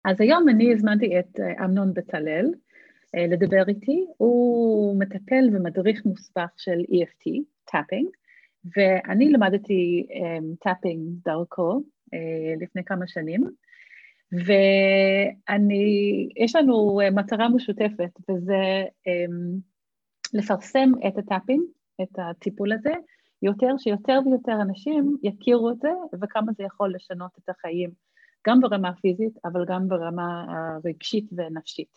אז היום אני הזמנתי את אמנון בצלאל לדבר איתי. הוא מטפל ומדריך מוסמך של EFT, טאפינג, ואני למדתי טאפינג דרכו לפני כמה שנים, ויש לנו מטרה משותפת, וזה לפרסם את הטאפינג, את הטיפול הזה, שיותר ויותר אנשים יכירו את זה, וכמה זה יכול לשנות את החיים, גם ברמה הפיזית, אבל גם ברמה הרגשית ונפשית.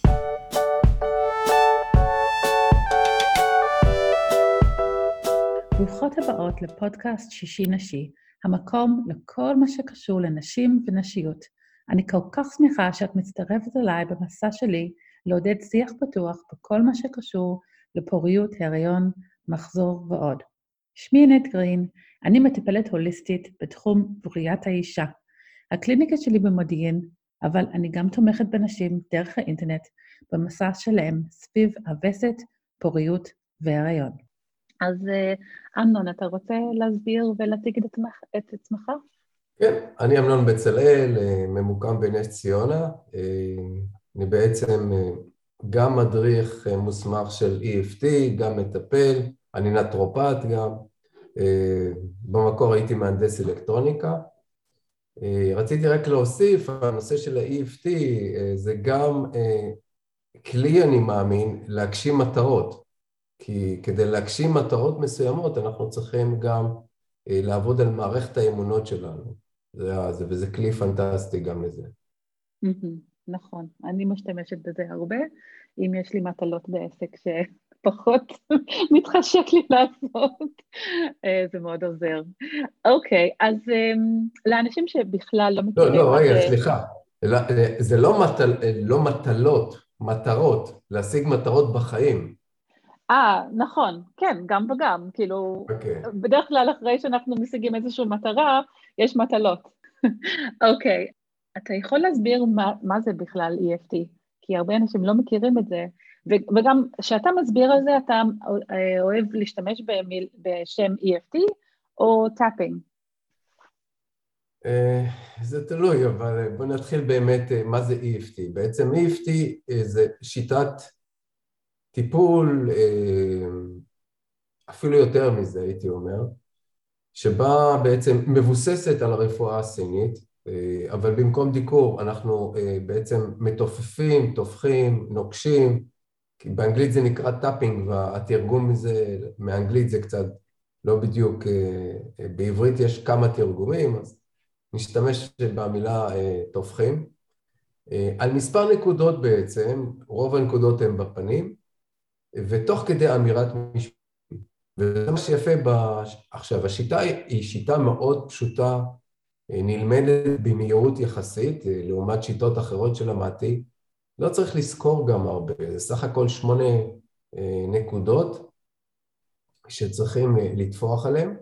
ברוכות הבאות לפודקאסט שישי נשי, המקום לכל מה שקשור לנשים ונשיות. אני כל כך שמחה שאת מצטרפת אליי במסע שלי לעודד שיח פתוח בכל מה שקשור לפוריות, הריון, מחזור ועוד. שמי ענת גרין, אני מטפלת הוליסטית בתחום בריאת האישה. הקליניקה שלי במודיעין, אבל אני גם תומכת בנשים דרך האינטרנט במסע שלהם סביב הווסת, פוריות והריון. אז אמנון, אתה רוצה להסביר ולהציג את עצמך? כן, אני אמנון בצלאל, ממוקם בנס ציונה. אני בעצם גם מדריך מוסמך של EFT, גם מטפל, אני נטרופט גם. במקור הייתי מהנדס אלקטרוניקה. רציתי רק להוסיף, הנושא של ה-EFT זה גם כלי, אני מאמין, להגשים מטרות. כי כדי להגשים מטרות מסוימות, אנחנו צריכים גם לעבוד על מערכת האמונות שלנו. וזה כלי פנטסטי גם לזה. נכון, אני משתמשת בזה הרבה, אם יש לי מטלות בעסק שפחות מתחשק לי לעשות, זה מאוד עוזר. אוקיי, אז לאנשים שבכלל לא מכירים... לא, רגע, סליחה. זה לא מטלות, מטרות, להשיג מטרות בחיים. נכון, כן, גם וגם, כאילו, בדרך כלל אחרי שאנחנו משיגים איזושהי מטרה, יש מטלות. אוקיי, אתה יכול להסביר מה זה בכלל EFT? כי הרבה אנשים לא מכירים את זה, וגם כשאתה מסביר על זה, אתה אוהב להשתמש בשם EFT או טאפינג? זה תלוי, אבל בוא נתחיל באמת מה זה EFT. בעצם EFT זה שיטת טיפול, אפילו יותר מזה הייתי אומר, שבה בעצם מבוססת על הרפואה הסינית, אבל במקום דיקור אנחנו בעצם מתופפים, תופחים, נוקשים, כי באנגלית זה נקרא טאפינג, והתרגום מזה, מאנגלית זה קצת לא בדיוק, בעברית יש כמה תרגומים, אז נשתמש במילה תופחים. על מספר נקודות בעצם, רוב הנקודות הן בפנים, ותוך כדי אמירת משפט. וזה מה שיפה עכשיו, השיטה היא שיטה מאוד פשוטה, נלמדת במהירות יחסית, לעומת שיטות אחרות שלמדתי. לא צריך לזכור גם הרבה, זה סך הכל 8 נקודות שצריכים לתפוח עליהן.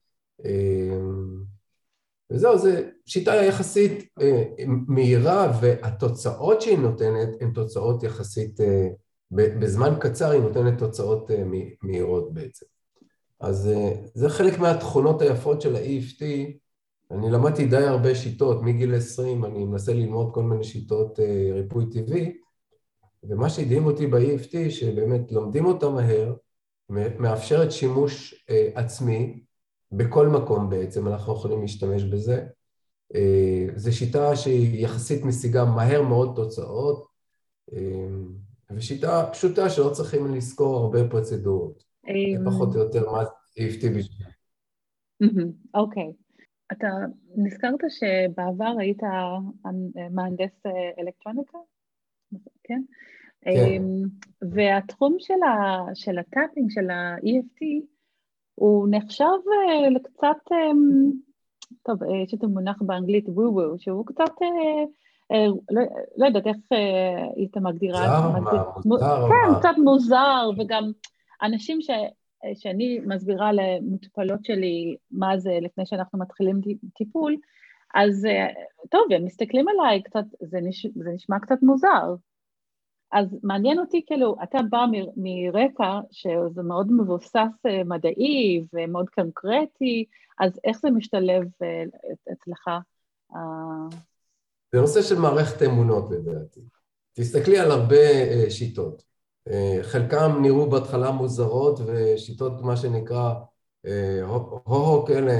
וזהו, זו שיטה יחסית מהירה, והתוצאות שהיא נותנת הן תוצאות יחסית, בזמן קצר היא נותנת תוצאות מהירות בעצם. אז זה חלק מהתכונות היפות של ה-EFT. אני למדתי די הרבה שיטות, מגיל 20 אני מנסה ללמוד כל מיני שיטות ריפוי טבעי, ומה שהדהים אותי ב-EFT שבאמת לומדים אותה מהר, מאפשרת שימוש עצמי בכל מקום בעצם, אנחנו יכולים להשתמש בזה. זו שיטה שהיא יחסית משיגה מהר מאוד תוצאות, ושיטה פשוטה שלא צריכים לזכור הרבה פרוצדורות. פחות או יותר מה זה EFT בשביל. אוקיי. אתה נזכרת שבעבר היית מהנדס אלקטרוניקה? כן? כן. והתחום של הטאפינג, של ה-EFT, הוא נחשב לקצת, טוב, יש את המונח באנגלית וו-וו, שהוא קצת, לא יודעת איך היית מגדירה. מוזר? כן, קצת מוזר, וגם אנשים שאני מסבירה למטופלות שלי מה זה לפני שאנחנו מתחילים טיפול, אז טוב, הם מסתכלים עליי קצת, זה נשמע קצת מוזר. אז מעניין אותי, כאילו, אתה בא מרקע שזה מאוד מבוסס מדעי ומאוד קונקרטי, אז איך זה משתלב אצלך? זה נושא של מערכת אמונות לדעתי. תסתכלי על הרבה שיטות. חלקם נראו בהתחלה מוזרות, ושיטות מה שנקרא הו-הו כאלה,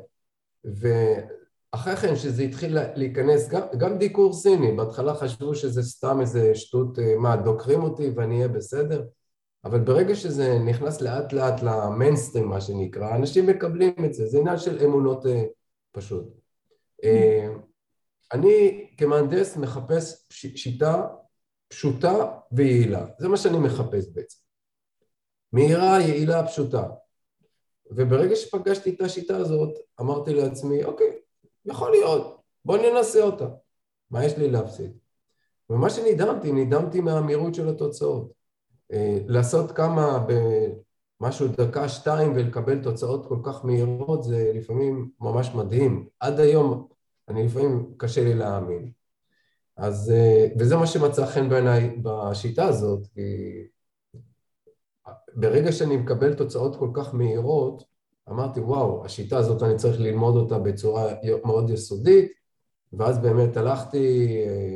ואחרי כן שזה התחיל להיכנס, גם דיקור סיני, בהתחלה חשבו שזה סתם איזה שטות, מה, דוקרים אותי ואני אהיה בסדר? אבל ברגע שזה נכנס לאט לאט למיינסטרים, מה שנקרא, אנשים מקבלים את זה, זה עניין של אמונות פשוט. אני כמהנדס מחפש שיטה פשוטה ויעילה, זה מה שאני מחפש בעצם. מהירה, יעילה, פשוטה. וברגע שפגשתי את השיטה הזאת, אמרתי לעצמי, אוקיי, יכול להיות, בוא ננסה אותה. מה יש לי להפסיד? ומה נדהמתי מהמהירות של התוצאות. לעשות כמה במשהו דקה, 2 ולקבל תוצאות כל כך מהירות, זה לפעמים ממש מדהים. עד היום אני לפעמים קשה לי להאמין. אז, וזה מה שמצא חן בעיניי בשיטה הזאת, כי ברגע שאני מקבל תוצאות כל כך מהירות, אמרתי, וואו, השיטה הזאת אני צריך ללמוד אותה בצורה מאוד יסודית, ואז באמת הלכתי,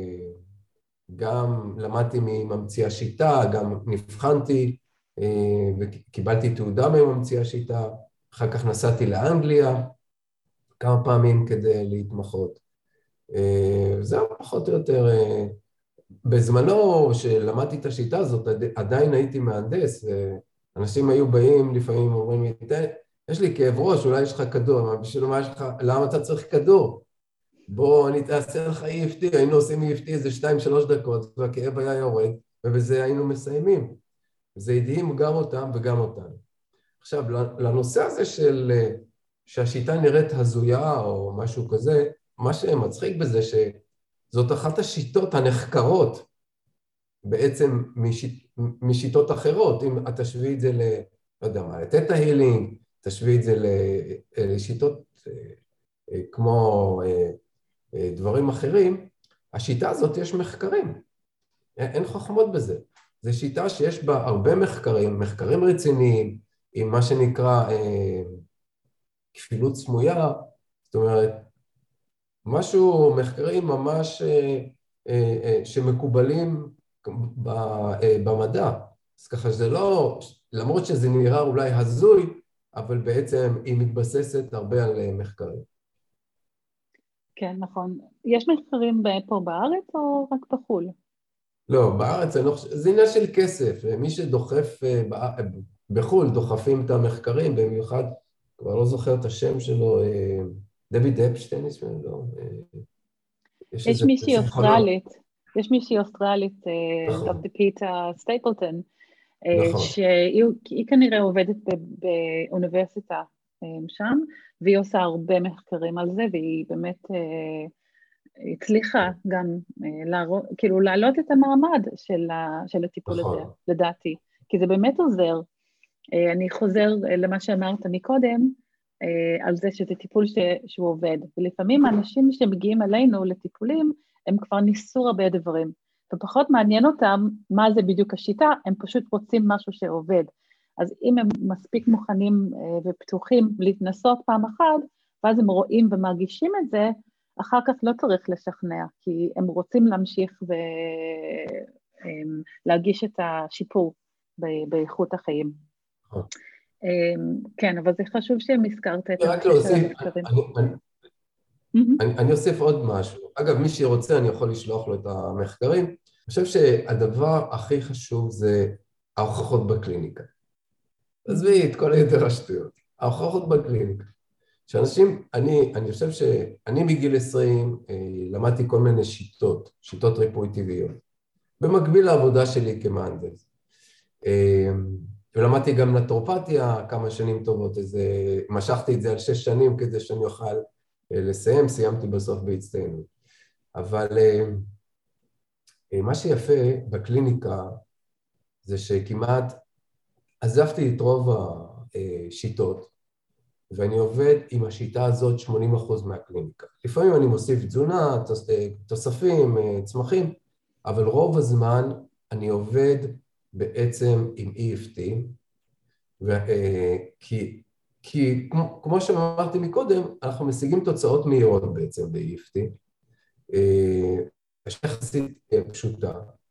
גם למדתי מממציא השיטה, גם נבחנתי, וקיבלתי תעודה מממציא השיטה, אחר כך נסעתי לאנגליה כמה פעמים כדי להתמחות. זהו פחות או יותר, בזמנו שלמדתי את השיטה הזאת, עדיין הייתי מהנדס, אנשים היו באים לפעמים אומרים לי, יש לי כאב ראש, אולי יש לך כדור, אבל בשביל מה יש לך, למה אתה צריך כדור? בוא אני אעשה לך EFT, היינו עושים EFT איזה 2-3 דקות, והכאב היה יורד, ובזה היינו מסיימים. זה הדהים גם אותם וגם אותנו. עכשיו, לנושא הזה של שהשיטה נראית הזויה או משהו כזה, מה שמצחיק בזה שזאת אחת השיטות הנחקרות בעצם משיטות אחרות. אם את תשווי את זה לא יודע מה, לתטא הילינג, תשווי את זה לשיטות כמו דברים אחרים, השיטה הזאת יש מחקרים, אין חוכמות בזה. זו שיטה שיש בה הרבה מחקרים רציניים, עם מה שנקרא כפילות סמויה, זאת אומרת, משהו, מחקרים ממש שמקובלים במדע. אז ככה שזה לא, למרות שזה נראה אולי הזוי, אבל בעצם היא מתבססת הרבה על מחקרים. כן, נכון. יש מחקרים פה בארץ או רק בחו"ל? לא, בארץ זה עניין של כסף. מי שדוחף בחו"ל, דוחפים את המחקרים, במיוחד, כבר לא זוכר את השם שלו, דויד אפשטיין, לא? יש מישהי אוסטרלית, דוקטור פיטר סטייפלטון, שהיא כנראה עובדת באוניברסיטה שם, והיא עושה הרבה מחקרים על זה, והיא באמת הצליחה גם כאילו להעלות את המעמד של הטיפול הזה, לדעתי, כי זה באמת עוזר. אני חוזר למה שאמרת מקודם, על זה שזה טיפול שהוא עובד, ולפעמים האנשים שמגיעים אלינו לטיפולים, הם כבר ניסו הרבה דברים, ופחות מעניין אותם מה זה בדיוק השיטה, הם פשוט רוצים משהו שעובד. אז אם הם מספיק מוכנים ופתוחים להתנסות פעם אחת, ואז הם רואים ומרגישים את זה, אחר כך לא צריך לשכנע, כי הם רוצים להמשיך ולהגיש את השיפור באיכות החיים. כן, אבל זה חשוב שהם הזכרת את הנושא של המחקרים. אני אוסיף עוד משהו. אגב, מי שרוצה אני יכול לשלוח לו את המחקרים. אני חושב שהדבר הכי חשוב זה ההוכחות בקליניקה. עזבי את כל היתר השטויות. ההוכחות בקליניקה. שאנשים, אני חושב שאני מגיל 20 למדתי כל מיני שיטות ריפוי טבעיות. במקביל לעבודה שלי כמהנדס. ולמדתי גם נטורופתיה כמה שנים טובות, משכתי את זה על 6 שנים כדי שאני אוכל לסיים, סיימתי בסוף בהצטיינות. אבל מה שיפה בקליניקה זה שכמעט עזבתי את רוב השיטות, ואני עובד עם השיטה הזאת 80% מהקליניקה. לפעמים אני מוסיף תזונה, תוספים, צמחים, אבל רוב הזמן אני עובד בעצם עם EFT, כי כמו שאמרתי מקודם, אנחנו משיגים תוצאות מהירות בעצם ב-EFT, יחסית פשוטה.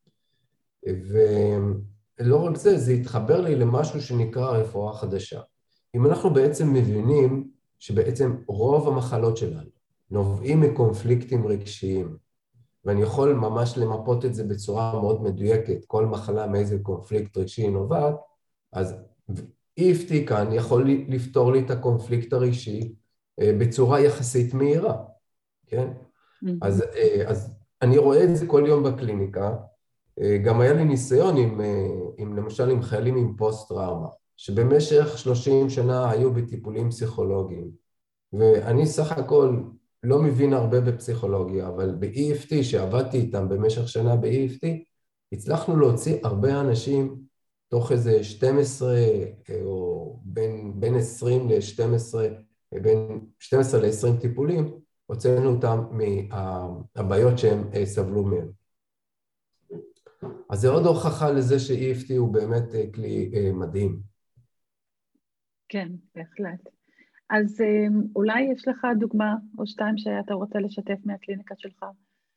ולא רק זה, זה התחבר לי למשהו שנקרא רפואה חדשה. אם אנחנו בעצם מבינים שבעצם רוב המחלות שלנו נובעים מקונפליקטים רגשיים, ואני יכול ממש למפות את זה בצורה מאוד מדויקת, כל מחלה מאיזה קונפליקט רגשי נובעת, אז EFT כאן יכול לפתור לי את הקונפליקט הרגשי בצורה יחסית מהירה, כן? אז אני רואה את זה כל יום בקליניקה, גם היה לי ניסיון למשל עם חיילים עם פוסט-טראומה, שבמשך 30 שנה היו בטיפולים פסיכולוגיים, ואני סך הכל לא מבין הרבה בפסיכולוגיה, אבל ב-EFT, שעבדתי איתם במשך שנה ב-EFT, הצלחנו להוציא הרבה אנשים תוך איזה 12, או בין 20 ל-12, בין 12 ל-20 טיפולים, הוצאנו אותם מהבעיות שהם סבלו מהם. אז זה עוד הוכחה לזה ש-EFT הוא באמת כלי מדהים. כן, בהחלט. אז אולי יש לך דוגמה או שתיים שאתה רוצה לשתף מהקליניקה שלך?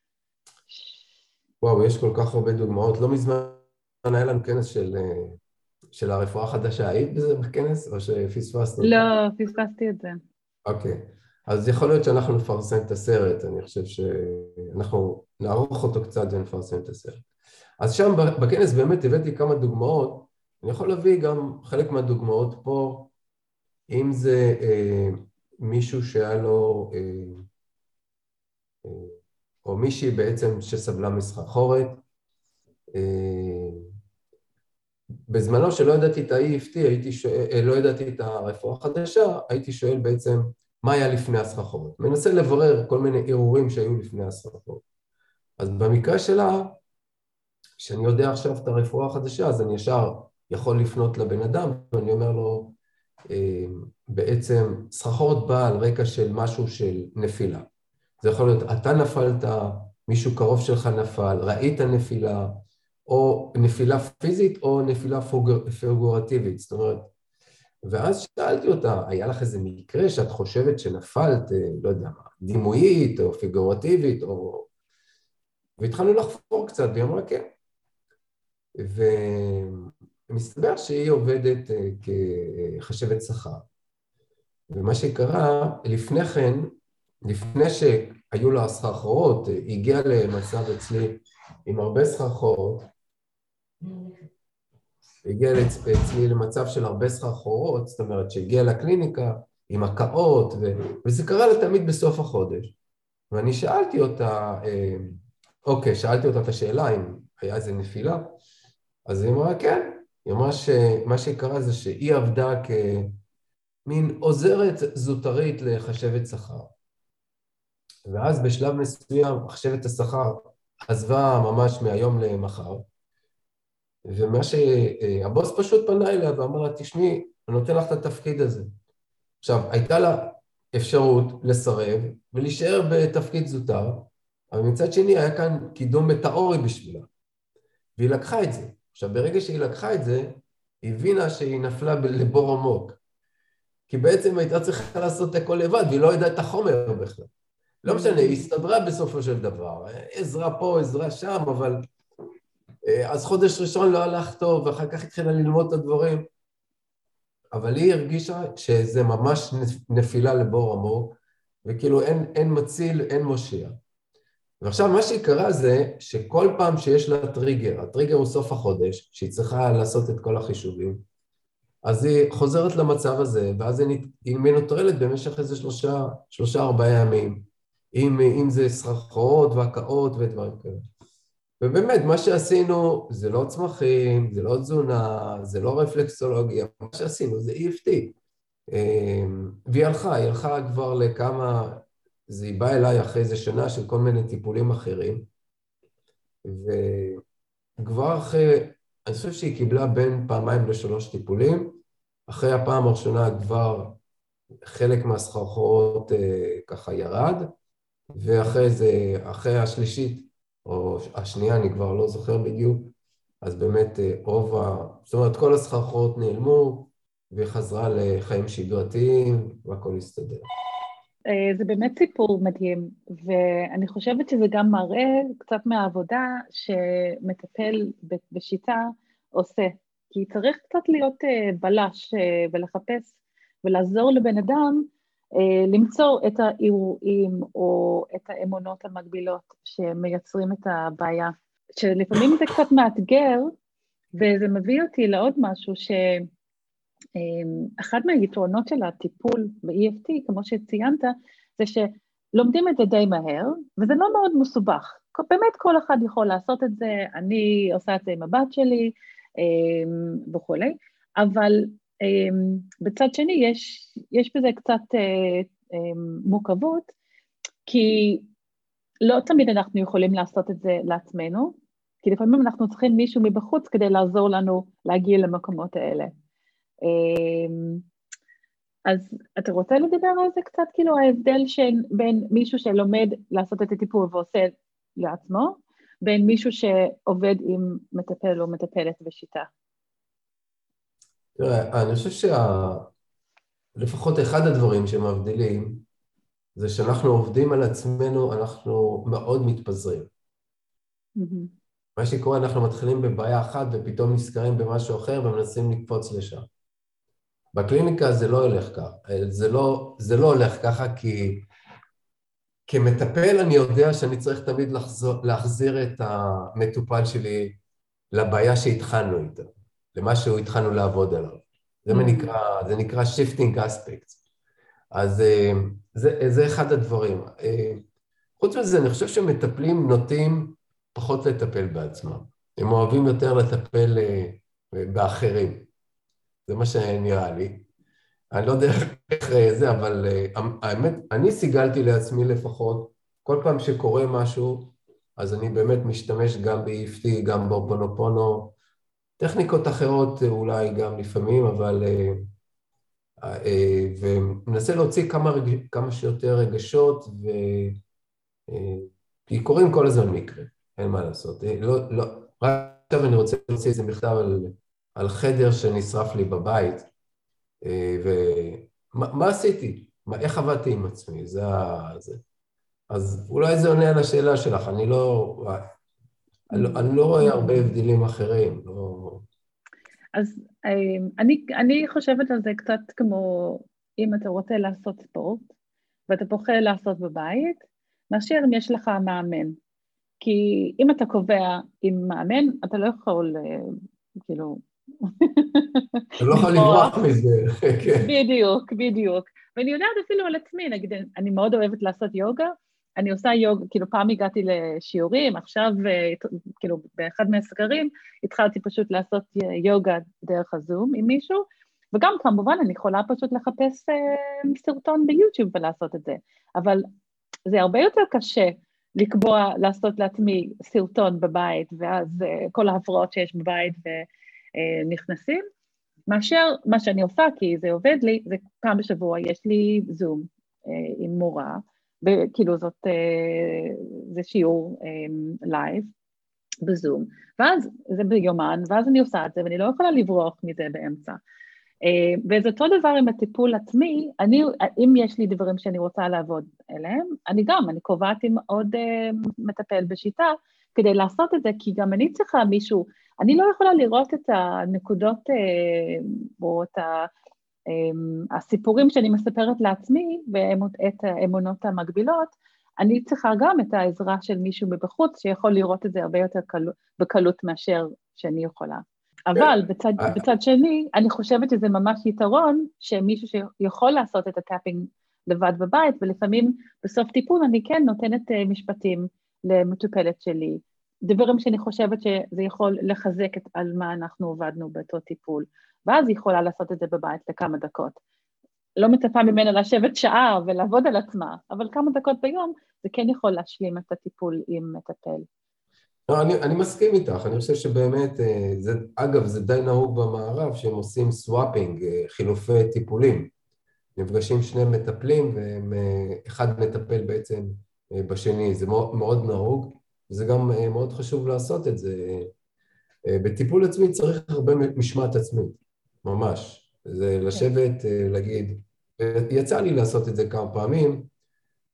וואו, יש כל כך הרבה דוגמאות. לא מזמן היה לנו כנס של הרפואה החדשה. היית בזה בכנס או שפספסנו? לא, פספסתי את זה. אוקיי. אז יכול להיות שאנחנו נפרסם את הסרט. אני חושב שאנחנו נערוך אותו קצת ונפרסם את הסרט. אז שם בכנס באמת הבאתי כמה דוגמאות. אני יכול להביא גם חלק מהדוגמאות פה, אם זה מישהו שהיה לו, או מישהי בעצם שסבלה מסחרחורת, בזמנו שלא ידעתי את ה-EFT, לא ידעתי את הרפואה החדשה, הייתי שואל בעצם מה היה לפני הסחרחורת. מנסה לברר כל מיני ערעורים שהיו לפני הסחרחורת. אז במקרה שלה, כשאני יודע עכשיו את הרפואה החדשה, אז אני ישר יכול לפנות לבן אדם, ואני אומר לו, בעצם סחרחורת באה על רקע של משהו של נפילה. זה יכול להיות, אתה נפלת, מישהו קרוב שלך נפל, ראית נפילה, או נפילה פיזית או נפילה פיגורטיבית, זאת אומרת, ואז שאלתי אותה, היה לך איזה מקרה שאת חושבת שנפלת, לא יודע מה, דימויית או פיגורטיבית, והתחלנו לחפור קצת, והיא אמרה כן. ומסתבר שהיא עובדת כחשבת שכר. ומה שקרה, לפני כן, לפני שהיו לה סחרחורות, היא הגיעה למצב אצלי עם הרבה סחרחורות, הגיעה אצלי למצב של הרבה סחרחורות, זאת אומרת שהגיעה לקליניקה עם הקאות, וזה קרה לה תמיד בסוף החודש. ואני שאלתי אותה, שאלתי אותה את השאלה אם היה איזה נפילה, אז היא אמרה כן, היא אמרה שמה שקרה זה שהיא עבדה כמין עוזרת זוטרית לחשבת שכר. ואז בשלב מסוים חשבת השכר עזבה ממש מהיום למחר, ומה שהבוס פשוט פנה אליה ואמר לה, תשמעי, אני נותן לך את התפקיד הזה. עכשיו, הייתה לה אפשרות לסרב ולהישאר בתפקיד זוטר, אבל מצד שני היה כאן קידום מטאורי בשבילה, והיא לקחה את זה. עכשיו, ברגע שהיא לקחה את זה, היא הבינה שהיא נפלה לבור עמוק, כי בעצם הייתה צריכה לעשות הכל לבד, והיא לא ידעה את החומר בכלל. לא משנה, היא הסתדרה בסופו של דבר, עזרה פה, עזרה שם, אבל אז חודש ראשון לא הלך טוב, ואחר כך התחילה ללמוד את הדברים, אבל היא הרגישה שזה ממש נפילה לבור עמוק, וכאילו אין מציל, אין מושיע. ועכשיו מה שקרה זה שכל פעם שיש לה טריגר, הטריגר הוא סוף החודש, שהיא צריכה לעשות את כל החישובים, אז היא חוזרת למצב הזה, ואז היא מנוטרלת במשך איזה 3-4 ימים, אם זה סחרחורות והקאות ודברים כאלה. ובאמת, מה שעשינו זה לא צמחים, זה לא תזונה, זה לא רפלקסולוגיה, מה שעשינו זה EFT. והיא הלכה כבר לכמה, היא באה אליי אחרי איזה שנה של כל מיני טיפולים אחרים, וכבר אחרי, אני חושב שהיא קיבלה בין 2-3 טיפולים, אחרי הפעם הראשונה כבר חלק מהסחרחורות ככה ירד, אחרי השלישית, או השנייה, אני כבר לא זוכר בדיוק, אז באמת זאת אומרת, כל הסחרחורות נעלמו, וחזרה לחיים שגרתיים, והכל הסתדר. זה באמת סיפור מדהים, ואני חושבת שזה גם מראה קצת מהעבודה שמטפל בשיטה עושה, כי צריך קצת להיות בלש ולחפש ולעזור לבן אדם למצוא את האירועים או את האמונות המקבילות שמייצרים את הבעיה, שלפעמים זה קצת מאתגר, וזה מביא אותי לעוד משהו אחד מהיתרונות של הטיפול ב-EFT, כמו שציינת, זה שלומדים את זה די מהר, וזה לא מאוד מסובך. באמת כל אחד יכול לעשות את זה, אני עושה את זה עם הבת שלי וכו', אבל בצד שני יש בזה קצת מורכבות, כי לא תמיד אנחנו יכולים לעשות את זה לעצמנו, כי לפעמים אנחנו צריכים מישהו מבחוץ כדי לעזור לנו להגיע למקומות האלה. אז אתה רוצה לדבר על זה קצת, כאילו ההבדל בין מישהו שלומד לעשות את הטיפול ועושה לעצמו, בין מישהו שעובד עם מטפל או מטפלת בשיטה? תראה, אני חושב לפחות אחד הדברים שמבדילים, זה שאנחנו עובדים על עצמנו, אנחנו מאוד מתפזרים. מה שקורה, אנחנו מתחילים בבעיה אחת ופתאום נזכרים במשהו אחר ומנסים לקפוץ לשם. בקליניקה זה לא הולך ככה, זה לא הולך ככה כי כמטפל אני יודע שאני צריך תמיד להחזיר את המטופל שלי לבעיה שהתחלנו איתה, למה שהוא התחלנו לעבוד עליו. זה נקרא shifting aspects. אז זה אחד הדברים. חוץ מזה, אני חושב שמטפלים נוטים פחות לטפל בעצמם. הם אוהבים יותר לטפל באחרים. זה מה שנראה לי. אני לא יודע איך זה, אבל האמת, אני סיגלתי לעצמי לפחות, כל פעם שקורה משהו, אז אני באמת משתמש גם ב-EFT, גם בהופונופונו, טכניקות אחרות אולי גם לפעמים, אבל ומנסה להוציא כמה שיותר רגשות, כי קוראים כל הזמן מקרה, אין מה לעשות. רק עכשיו אני רוצה להוציא איזה מכתב על חדר שנשרף לי בבית, ומה עשיתי? איך עבדתי עם עצמי? זה. אז אולי זה עונה על השאלה שלך, אני לא רואה הרבה הבדלים אחרים. אז אני חושבת על זה קצת כמו אם אתה רוצה לעשות ספורט, ואתה פוחד לעשות בבית, מאשר אם יש לך מאמן. כי אם אתה קובע עם מאמן, אתה לא יכול, כאילו... אתה לא יכול לברוח מזה. בדיוק. ואני יודעת אפילו על עצמי, נגיד, אני מאוד אוהבת לעשות יוגה, אני עושה יוגה, כאילו פעם הגעתי לשיעורים, עכשיו, כאילו באחד מהסגרים, התחלתי פשוט לעשות יוגה דרך הזום עם מישהו, וגם כמובן אני יכולה פשוט לחפש סרטון ביוטיוב ולעשות את זה, אבל זה הרבה יותר קשה לקבוע, לעשות לעצמי סרטון בבית, ואז כל ההפרעות שיש בבית ונכנסים, מאשר מה שאני עושה, כי זה עובד לי, זה פעם בשבוע, יש לי זום עם מורה, כאילו זה שיעור לייב בזום, ואז זה ביומן, ואז אני עושה את זה, ואני לא יכולה לברוח מזה באמצע. וזה אותו דבר עם הטיפול עצמי, אם יש לי דברים שאני רוצה לעבוד אליהם, אני קובעת עם עוד מטפל בשיטה, כדי לעשות את זה, כי גם אני צריכה מישהו, אני לא יכולה לראות את הנקודות, או את הסיפורים שאני מספרת לעצמי, ואת האמונות המקבילות, אני צריכה גם את העזרה של מישהו מבחוץ, שיכול לראות את זה הרבה יותר בקלות מאשר שאני יכולה. אבל בצד שני, אני חושבת שזה ממש יתרון, שמישהו שיכול לעשות את הטאפינג לבד בבית, ולפעמים בסוף טיפול אני כן נותנת משפטים למטופלת שלי, דברים שאני חושבת שזה יכול לחזק על מה אנחנו עובדנו באותו טיפול, ואז היא יכולה לעשות את זה בבית לכמה דקות. לא מצפה ממנה לשבת שעה ולעבוד על עצמה, אבל כמה דקות ביום זה כן יכול להשלים את הטיפול עם מטפל. לא, אני מסכים איתך, אני חושב שבאמת, אגב, זה די נהוג במערב, שהם עושים סוואפינג, חילופי טיפולים. נפגשים שני מטפלים, ואחד מטפל בעצם בשני, זה מאוד נהוג, וזה גם מאוד חשוב לעשות את זה. בטיפול עצמי צריך הרבה משמעת עצמית, ממש. זה לשבת, להגיד, יצא לי לעשות את זה כמה פעמים,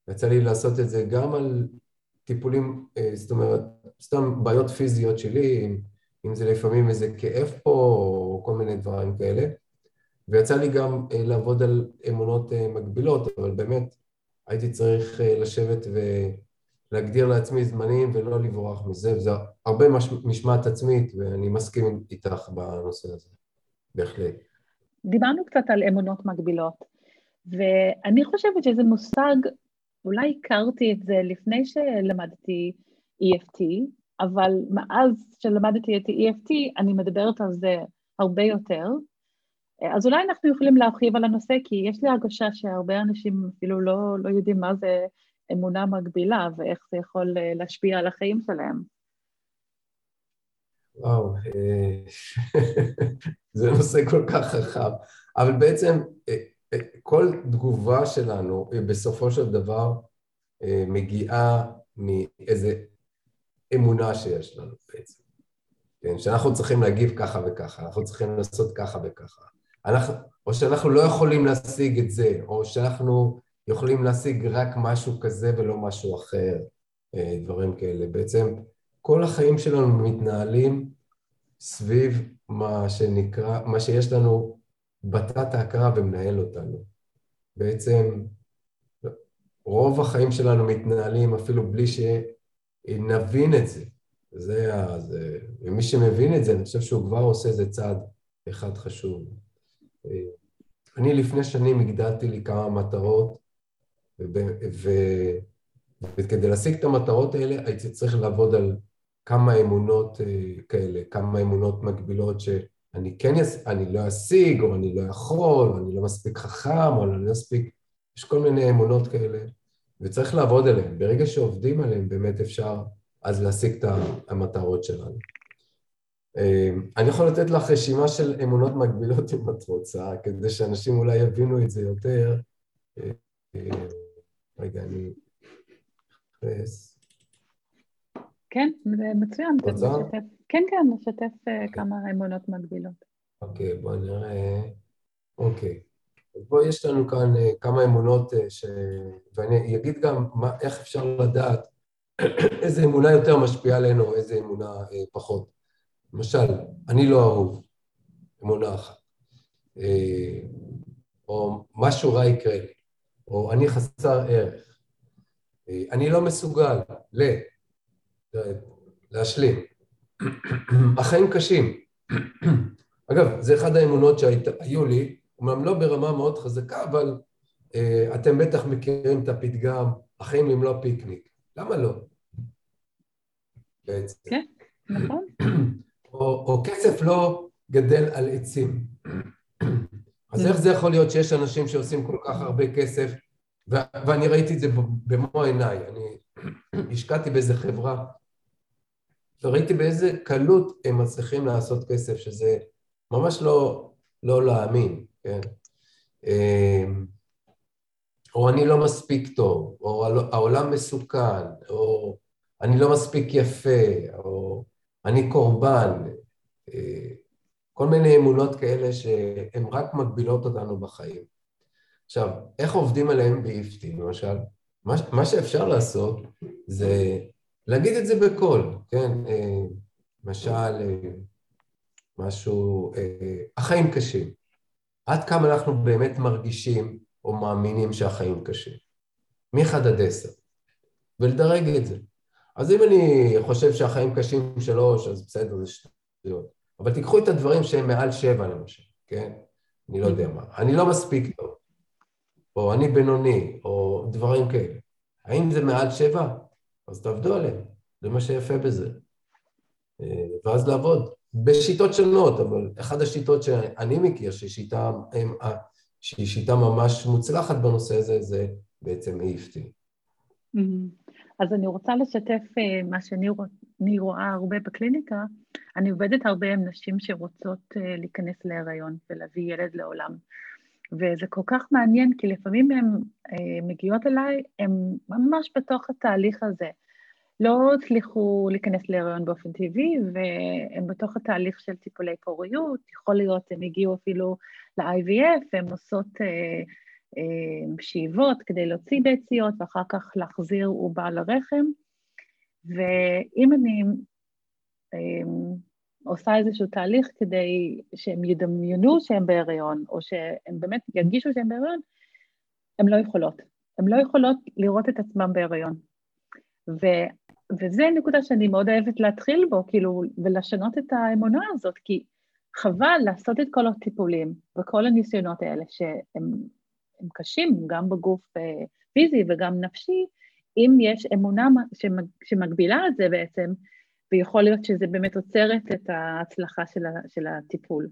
יצא לי לעשות את זה גם על טיפולים, זאת אומרת, סתם בעיות פיזיות שלי, אם זה לפעמים איזה כאב פה, או כל מיני דברים כאלה. ויצא לי גם לעבוד על אמונות מגבילות, אבל באמת הייתי צריך לשבת ולהגדיר לעצמי זמנים ולא לברוח מזה, וזה הרבה משמעת עצמית, ואני מסכים איתך בנושא הזה, בהחלט. דיברנו קצת על אמונות מגבילות, ואני חושבת שזה מושג, אולי הכרתי את זה לפני שלמדתי EFT, אבל מאז שלמדתי את EFT, אני מדברת על זה הרבה יותר. אז אולי אנחנו יכולים להרחיב על הנושא, כי יש לי הרגשה שהרבה אנשים אפילו לא יודעים מה זה אמונה מגבילה, ואיך זה יכול להשפיע על החיים שלהם. וואו, זה נושא כל כך חכם, אבל בעצם כל תגובה שלנו בסופו של דבר מגיעה מאיזה אמונה שיש לנו בעצם, כן? שאנחנו צריכים להגיב ככה וככה, אנחנו צריכים לעשות ככה וככה, או שאנחנו לא יכולים להשיג את זה, או שאנחנו יכולים להשיג רק משהו כזה ולא משהו אחר, דברים כאלה. בעצם כל החיים שלנו מתנהלים סביב מה שנקרא, מה שיש לנו בתת ההכרה ומנהל אותנו. בעצם רוב החיים שלנו מתנהלים אפילו בלי שנבין את זה. ומי שמבין את זה, אני חושב שהוא כבר עושה איזה צעד אחד חשוב. אני לפני שנים הגדלתי לי כמה מטרות, וכדי להשיג את המטרות האלה הייתי צריך לעבוד על כמה אמונות כאלה, כמה אמונות מגבילות שאני אני לא אשיג, או אני לא יכול, או אני לא מספיק חכם, או אני לא מספיק, יש כל מיני אמונות כאלה, וצריך לעבוד עליהן. ברגע שעובדים עליהן באמת אפשר אז להשיג את המטרות שלנו. אני יכול לתת לך רשימה של אמונות מגבילות אם את רוצה, כדי שאנשים אולי יבינו את זה יותר. רגע, אני אחפש. כן, זה מצוין. רוצה? כן, נשתף כמה אמונות מגבילות. אוקיי, בואו נראה. אוקיי. אז יש לנו כאן כמה אמונות, ואני אגיד גם איך אפשר לדעת איזה אמונה יותר משפיעה עלינו, או איזה אמונה פחות. למשל, אני לא אהוב, אמונה אחת. או משהו רע יקרה לי, או אני חסר ערך. אני לא מסוגל להשלים. החיים קשים. אגב, זה אחד האמונות שהיו לי, אומנם לא ברמה מאוד חזקה, אבל אתם בטח מכירים את הפתגם, החיים הם לא פיקניק. למה לא? בעצם. כן, נכון. או כסף לא גדל על עצים. אז איך זה יכול להיות שיש אנשים שעושים כל כך הרבה כסף, ואני ראיתי את זה במו עיניי, אני השקעתי באיזה חברה, וראיתי באיזה קלות הם מצליחים לעשות כסף, שזה ממש לא להאמין, כן? או אני לא מספיק טוב, או העולם מסוכן, או אני לא מספיק יפה, או אני קורבן, כל מיני אמונות כאלה שהן רק מגבילות אותנו בחיים. עכשיו, איך עובדים עליהם ב-EFT, למשל? מה שאפשר לעשות זה להגיד את זה בקול, כן? למשל, משהו, החיים קשים. עד כמה אנחנו באמת מרגישים או מאמינים שהחיים קשים. מ-1 עד 10. ולדרג את זה. אז אם אני חושב שהחיים קשים 3, אז בסדר, זה שטויות. אבל תיקחו את הדברים שהם מעל 7 למשל, כן? אני לא יודע מה. אני לא מספיק טוב, או אני בינוני, או דברים כאלה. האם זה מעל 7? אז תעבדו עליהם. זה מה שיפה בזה. ואז לעבוד. בשיטות שונות, אבל אחת השיטות שאני מכיר, שהיא שיטה ממש מוצלחת בנושא הזה, זה בעצם EFT. אז אני רוצה לשתף מה שאני רואה הרבה בקליניקה. אני עובדת הרבה עם נשים שרוצות להיכנס להיריון ולהביא ילד לעולם. וזה כל כך מעניין, כי לפעמים הן מגיעות אליי, הן ממש בתוך התהליך הזה. לא הצליחו להיכנס להיריון באופן טבעי, והם בתוך התהליך של טיפולי פוריות, יכול להיות, הם הגיעו אפילו ל-IVF, הם עושות שאיבות כדי להוציא ביציות, ואחר כך להחזיר עובר לרחם, ואם אני עושה איזשהו תהליך כדי שהם ידמיינו שהם בהיריון, או שהם באמת ירגישו שהם בהיריון, הן לא יכולות. הן לא יכולות לראות את עצמם בהיריון. וזה נקודה שאני מאוד אוהבת להתחיל בו, כאילו, ולשנות את האמונה הזאת, כי חבל לעשות את כל הטיפולים, וכל הניסיונות האלה שהם קשים, גם בגוף פיזי וגם נפשי, אם יש אמונה שמגבילה את זה בעצם, ויכול להיות שזה באמת עוצרת את ההצלחה של הטיפול.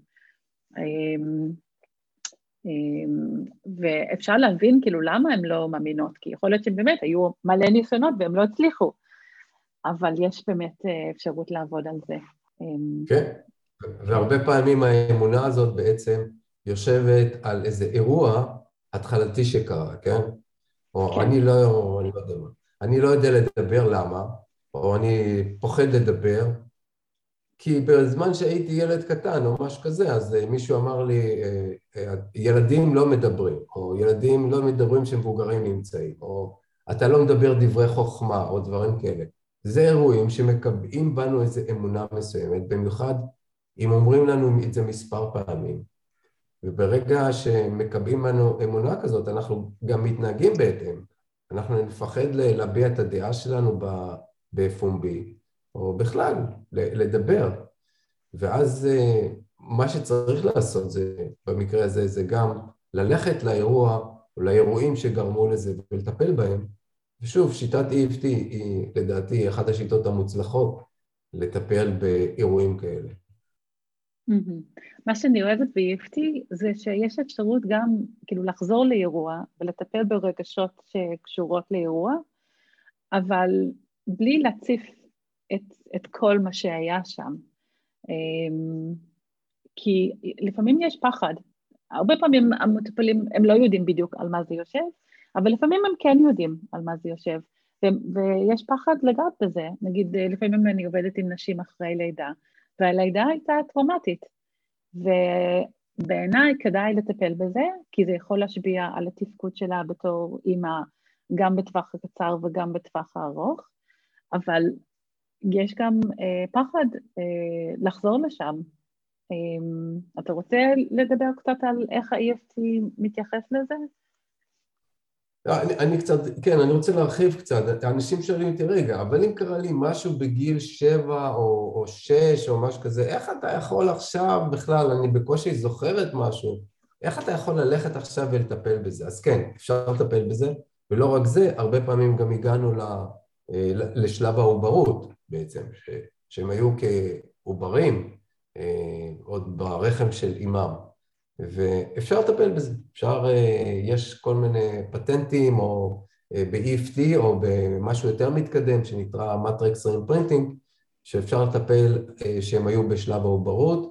ואפשר להבין כאילו למה הן לא מאמינות, כי יכול להיות שהן באמת היו מלא ניסיונות והן לא הצליחו, אבל יש באמת אפשרות לעבוד על זה. כן, והרבה פעמים האמונה הזאת בעצם יושבת על איזה אירוע התחלתי שקרה, כן? או אני לא יודע מה. אני לא יודע לדבר למה, או אני פוחד לדבר, כי בזמן שהייתי ילד קטן או משהו כזה, אז מישהו אמר לי, ילדים לא מדברים, או ילדים לא מדברים שמבוגרים נמצאים, או אתה לא מדבר דברי חוכמה, או דברים כאלה. זה אירועים שמקבעים בנו איזו אמונה מסוימת, במיוחד אם אומרים לנו את זה מספר פעמים. וברגע שמקבעים בנו אמונה כזאת, אנחנו גם מתנהגים בהתאם. אנחנו נפחד להביע את הדעה שלנו בפומבי, או בכלל, לדבר. ואז מה שצריך לעשות זה, במקרה הזה, זה גם ללכת לאירוע, או לאירועים שגרמו לזה ולטפל בהם. ושוב, שיטת EFT היא לדעתי אחת השיטות המוצלחות לטפל באירועים כאלה. מה שאני אוהבת ב-EFT זה שיש אפשרות גם כאילו לחזור לאירוע ולטפל ברגשות שקשורות לאירוע, אבל בלי להציף את כל מה שהיה שם. כי לפעמים יש פחד. הרבה פעמים המטופלים הם לא יודעים בדיוק על מה זה יושב, אבל לפעמים הם כן יודעים על מה זה יושב, ויש פחד לגעת בזה. נגיד, לפעמים אני עובדת עם נשים אחרי לידה, והלידה הייתה טראומטית, ובעיניי כדאי לטפל בזה, כי זה יכול להשפיע על התפקוד שלה בתור אימא, גם בטווח הקצר וגם בטווח הארוך, אבל יש גם פחד לחזור לשם. אתה רוצה לדבר קצת על איך ה-EFT מתייחס לזה? אני רוצה להרחיב קצת. האנשים שואלים אותי, רגע, אבל אם קרה לי משהו בגיל 7 או 6 או משהו כזה, איך אתה יכול עכשיו בכלל, אני בקושי זוכרת משהו, איך אתה יכול ללכת עכשיו ולטפל בזה? אז כן, אפשר לטפל בזה, ולא רק זה, הרבה פעמים גם הגענו לשלב העוברות בעצם, שהם היו כעוברים, עוד ברחם של אימם. ואפשר לטפל בזה, יש כל מיני פטנטים או ב-EFT או במשהו יותר מתקדם שנקרא Matrix Reimprinting, שאפשר לטפל שהם היו בשלב העוברות,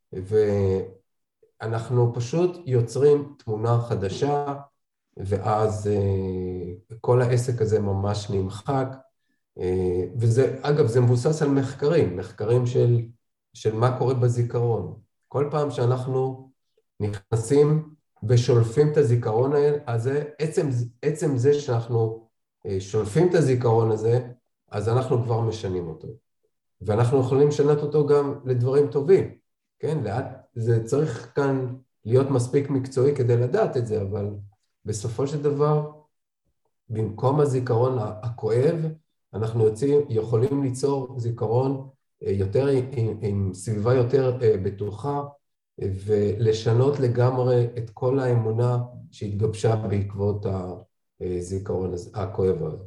ואנחנו פשוט יוצרים תמונה חדשה, ואז כל העסק הזה ממש נמחק, וזה, אגב, זה מבוסס על מחקרים של מה קורה בזיכרון. כל פעם שאנחנו נכנסים ושולפים את הזיכרון הזה, עצם זה שאנחנו שולפים את הזיכרון הזה, אז אנחנו כבר משנים אותו. ואנחנו יכולים לשנות אותו גם לדברים טובים, כן? זה צריך כאן להיות מספיק מקצועי כדי לדעת את זה, אבל בסופו של דבר, במקום הזיכרון הכואב, אנחנו יכולים ליצור זיכרון יותר, עם סביבה יותר בטוחה, ולשנות לגמרי את כל האמונה שהתגבשה בעקבות הזיכרון הכואב הזה.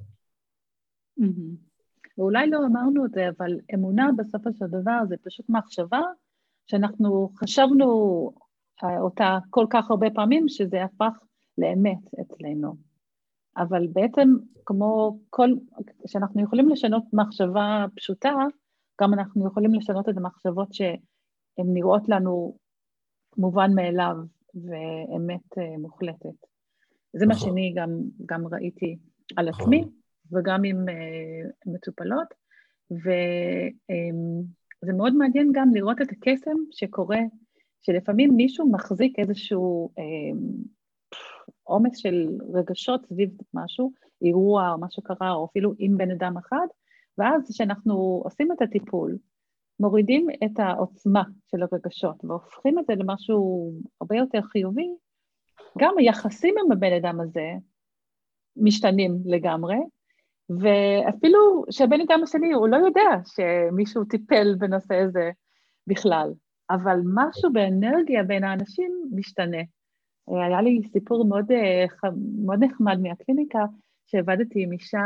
ואולי לא אמרנו את זה, אבל אמונה בסופו של דבר זה פשוט מחשבה, שאנחנו חשבנו אותה כל כך הרבה פעמים, שזה הפך לאמת אצלנו. אבל בעצם כמו שאנחנו יכולים לשנות מחשבה פשוטה, גם אנחנו יכולים לשנות את המחשבות שהן נראות לנו מובן מאליו ואמת מוחלטת. זה מה שאני גם ראיתי על עצמי וגם עם מטופלות, וזה מאוד מעניין גם לראות את הקסם שקורה, שלפעמים מישהו מחזיק איזשהו עומס של רגשות סביב משהו, אירוע או מה שקרה, או אפילו עם בן אדם אחד, ואז כשאנחנו עושים את הטיפול, מורידים את העוצמה של הרגשות, והופכים את זה למשהו הרבה יותר חיובי, גם היחסים עם הבן אדם הזה משתנים לגמרי, ואפילו שהבן אדם השני הוא לא יודע שמישהו טיפל בנושא הזה בכלל, אבל משהו באנרגיה בין האנשים משתנה. היה לי סיפור מאוד, מאוד נחמד מהקליניקה, שעבדתי עם אישה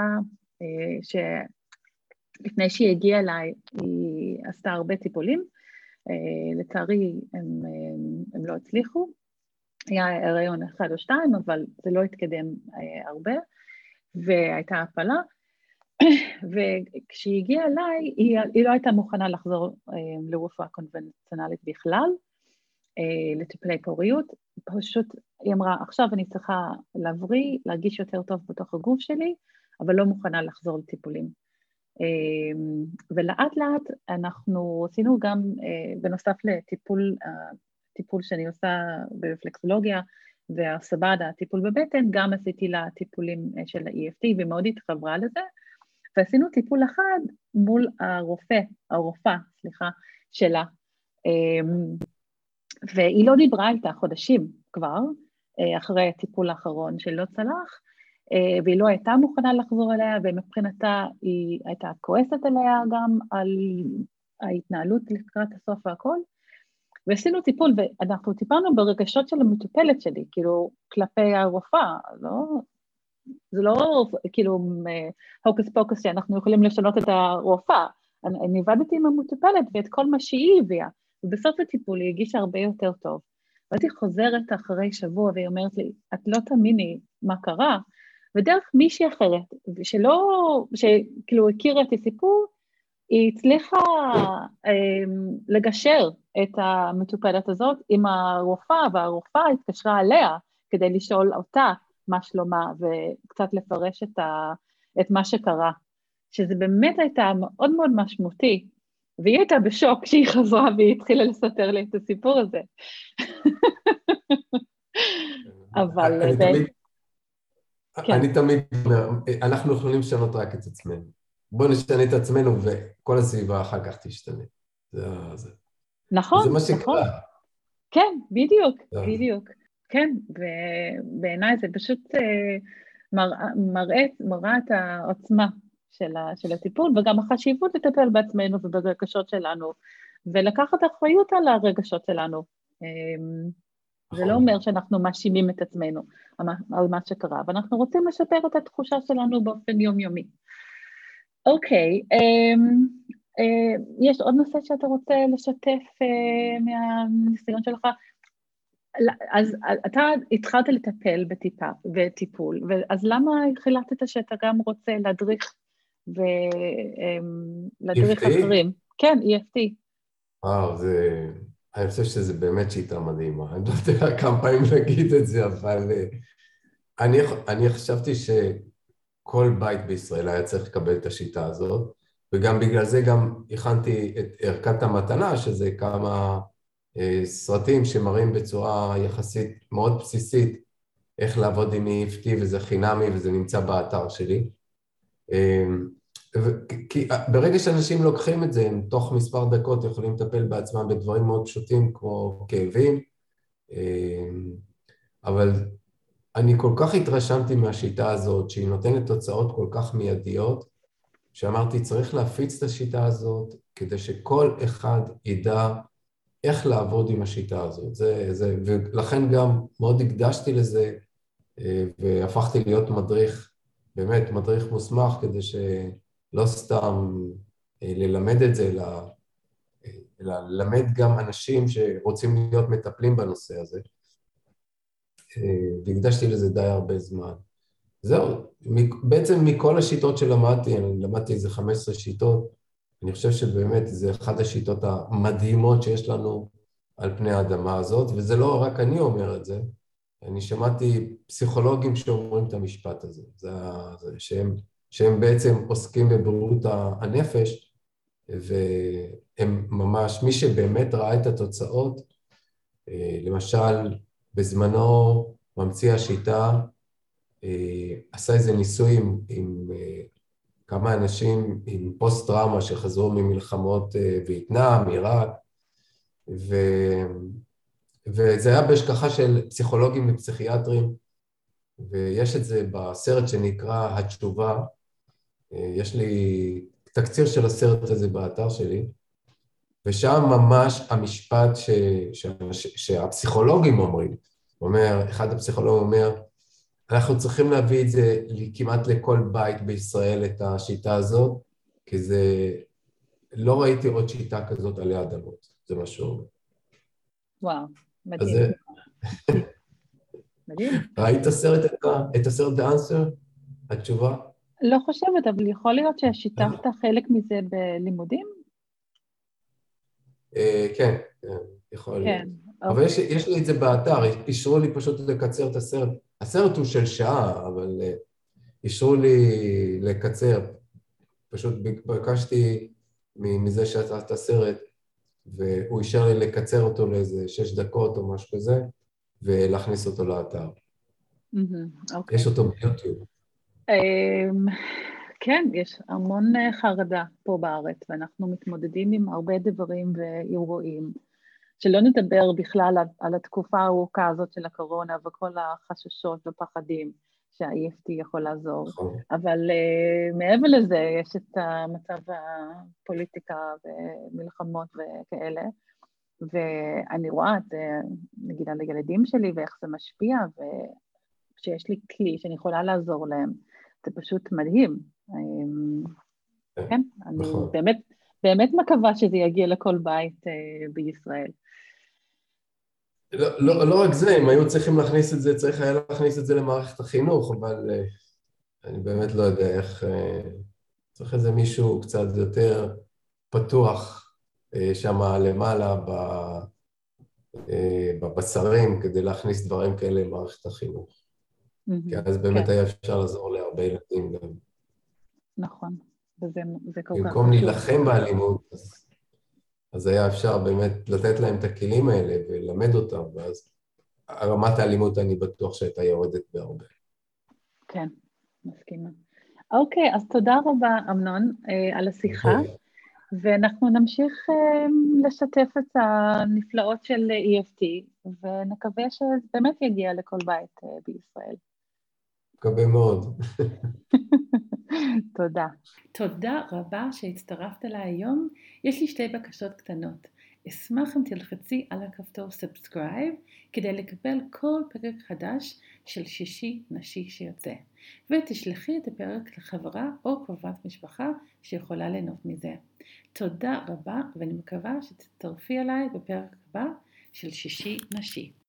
שלפני שהיא הגיעה אליי, היא עשתה הרבה טיפולים, לצערי הם לא הצליחו, היה הריון 1 או 2, אבל זה לא התקדם הרבה, והייתה הפלה, וכשהיא הגיעה אליי, היא לא הייתה מוכנה לחזור לרפואה קונבנציונלית בכלל, לטיפולי פוריות, פשוט היא אמרה, עכשיו אני צריכה להבריא, להרגיש יותר טוב בתוך הגוף שלי, אבל לא מוכנה לחזור לטיפולים. ולאט לאט אנחנו עשינו גם, בנוסף לטיפול שאני עושה ברפלקסולוגיה, והסבדה, טיפול בבטן, גם עשיתי לה טיפולים של ה-EFT, ומאוד התחברה לזה, ועשינו טיפול אחד מול הרופאה שלה, והיא לא דיברה איתה חודשים כבר, אחרי הטיפול האחרון שלא צלח, והיא לא הייתה מוכנה לחזור אליה, ומבחינתה היא הייתה כועסת אליה גם על ההתנהלות לקראת הסוף והכל, ועשינו טיפול, ואנחנו טיפלנו ברגשות של המטופלת שלי, כאילו כלפי הרופאה, זה לא כאילו הוקוס פוקוס שאנחנו יכולים לשנות את הרופאה, אני עבדתי עם המטופלת ואת כל מה שהיא הביאה, ובסוף הטיפול היא הגישה הרבה יותר טוב, ואז היא חוזרת אחרי שבוע והיא אומרת לי, את לא תאמיני מה קרה, ודרך מישהי אחרת, שכאילו הכירה את הסיפור, היא הצליחה לגשר את המטופלת הזאת עם הרופאה, והרופאה התקשרה עליה כדי לשאול אותה מה שלומה, וקצת לפרש את מה שקרה, שזה באמת הייתה מאוד מאוד משמעותי, והיא הייתה בשוק כשהיא חזרה והיא התחילה לספר לי את הסיפור הזה. אבל אני תמיד אומר, אנחנו יכולים לשנות רק את עצמנו. בואו נשנה את עצמנו וכל הסביבה אחר כך תשתנה. זה נכון, מה שקרה. נכון. כן, בדיוק. כן, ובעיניי זה פשוט מראה את העוצמה של הטיפול, וגם החשיבות לטפל בעצמנו וברגשות שלנו, ולקחת אחריות על הרגשות שלנו. זה לא אומר שאנחנו מאשימים את עצמנו על מה שקרה, ואנחנו רוצים לשפר את התחושה שלנו באופן יומיומי. אוקיי, יש עוד נושא שאתה רוצה לשתף מהניסיון שלך? אז אתה התחלת לטפל בטיפול, אז למה החלטת שאתה גם רוצה להדריך ולהדריך אחרים? כן, EFT. אני חושב שזה באמת שיטה מדהימה, אני לא יודע כמה פעמים להגיד את זה, אבל אני חשבתי שכל בית בישראל היה צריך לקבל את השיטה הזאת, וגם בגלל זה גם הכנתי את ערכת המתנה, שזה כמה סרטים שמראים בצורה יחסית מאוד בסיסית איך לעבוד עם EFT, וזה חינמי וזה נמצא באתר שלי. כי ברגע שאנשים לוקחים את זה, הם תוך מספר דקות יכולים לטפל בעצמם בדברים מאוד פשוטים כמו כאבים, אבל אני כל כך התרשמתי מהשיטה הזאת, שהיא נותנת תוצאות כל כך מיידיות, שאמרתי צריך להפיץ את השיטה הזאת, כדי שכל אחד ידע איך לעבוד עם השיטה הזאת. ולכן גם מאוד הקדשתי לזה, והפכתי להיות מדריך, באמת מדריך מוסמך, כדי שלא סתם ללמד את זה, אלא ללמד גם אנשים שרוצים להיות מטפלים בנושא הזה. והקדשתי לזה די הרבה זמן. זהו, בעצם מכל השיטות שלמדתי, אני למדתי איזה 15 שיטות, אני חושב שבאמת זה אחת השיטות המדהימות שיש לנו על פני האדמה הזאת, וזה לא רק אני אומר את זה, אני שמעתי פסיכולוגים שאומרים את המשפט הזה, שהם בעצם עוסקים בבריאות הנפש, והם ממש, מי שבאמת ראה את התוצאות, למשל בזמנו ממציא השיטה, עשה איזה ניסוי עם כמה אנשים עם פוסט-טראומה שחזרו ממלחמות וייטנאם, עיראק, וזה היה בהשגחה של פסיכולוגים ופסיכיאטרים, ויש את זה בסרט שנקרא התשובה. יש לי תקציר של הסרט הזה באתר שלי, ושם ממש המשפט שהפסיכולוגים אומרים, אחד הפסיכולוגים אומר, אנחנו צריכים להביא את זה כמעט לכל בית בישראל, את השיטה הזאת, כי לא ראיתי עוד שיטה כזאת עלי אדמות, זה מה שהוא אומר. וואו, אז מדהים. מדהים. ראית את הסרט The Answer? התשובה? לא חושבת, אבל יכול להיות ששיתפת חלק מזה בלימודים? כן, יכול להיות. כן. אבל יש לי את זה באתר, אישרו לי פשוט לקצר את הסרט. הסרט הוא של שעה, אבל אישרו לי לקצר. פשוט ביקשתי מזה שעשה את הסרט, והוא אישר לי לקצר אותו לאיזה 6 דקות או משהו כזה, ולהכניס אותו לאתר. אוקיי. יש אותו ביוטיוב. כן, יש המון חרדה פה בארץ, ואנחנו מתמודדים עם הרבה דברים ואירועים, שלא נדבר בכלל על התקופה הארוכה הזאת של הקורונה וכל החששות ופחדים שה-EFT יכול לעזור. נכון. אבל מעבר לזה יש את המצב הפוליטיקה ומלחמות וכאלה, ואני רואה את זה, נגיד על הילדים שלי ואיך זה משפיע, וכשיש לי כלי שאני יכולה לעזור להם, זה פשוט מדהים. כן, אני באמת מקווה שזה יגיע לכל בית בישראל. לא רק זה, אם היו צריכים להכניס את זה, צריך היה להכניס את זה למערכת החינוך, אבל אני באמת לא יודע איך, צריך איזה מישהו קצת יותר פתוח שם למעלה בבשרים, כדי להכניס דברים כאלה למערכת החינוך. כי אז באמת היה אפשר לעזור להרבה ילדים גם. נכון, וזה כל כך במקום להילחם באלימות, אז היה אפשר באמת לתת להם את הכלים האלה ולמד אותם, ואז רמת האלימות אני בטוח שהייתה יורדת בהרבה. כן, מסכימה. אוקיי, אז תודה רבה אמנון על השיחה, ואנחנו נמשיך לשתף את הנפלאות של EFT, ונקווה שבאמת יגיע לכל בית בישראל. מקווה מאוד. תודה. תודה רבה שהצטרפת אליי היום. יש לי 2 בקשות קטנות. אשמח אם תלחצי על הכפתור סאבסקרייב כדי לקבל כל פרק חדש של שישי נשי שיוצא. ותשלחי את הפרק לחברה או קרובת משפחה שיכולה ליהנות מזה. תודה רבה, ואני מקווה שתצטרפי אליי בפרק הבא של שישי נשי.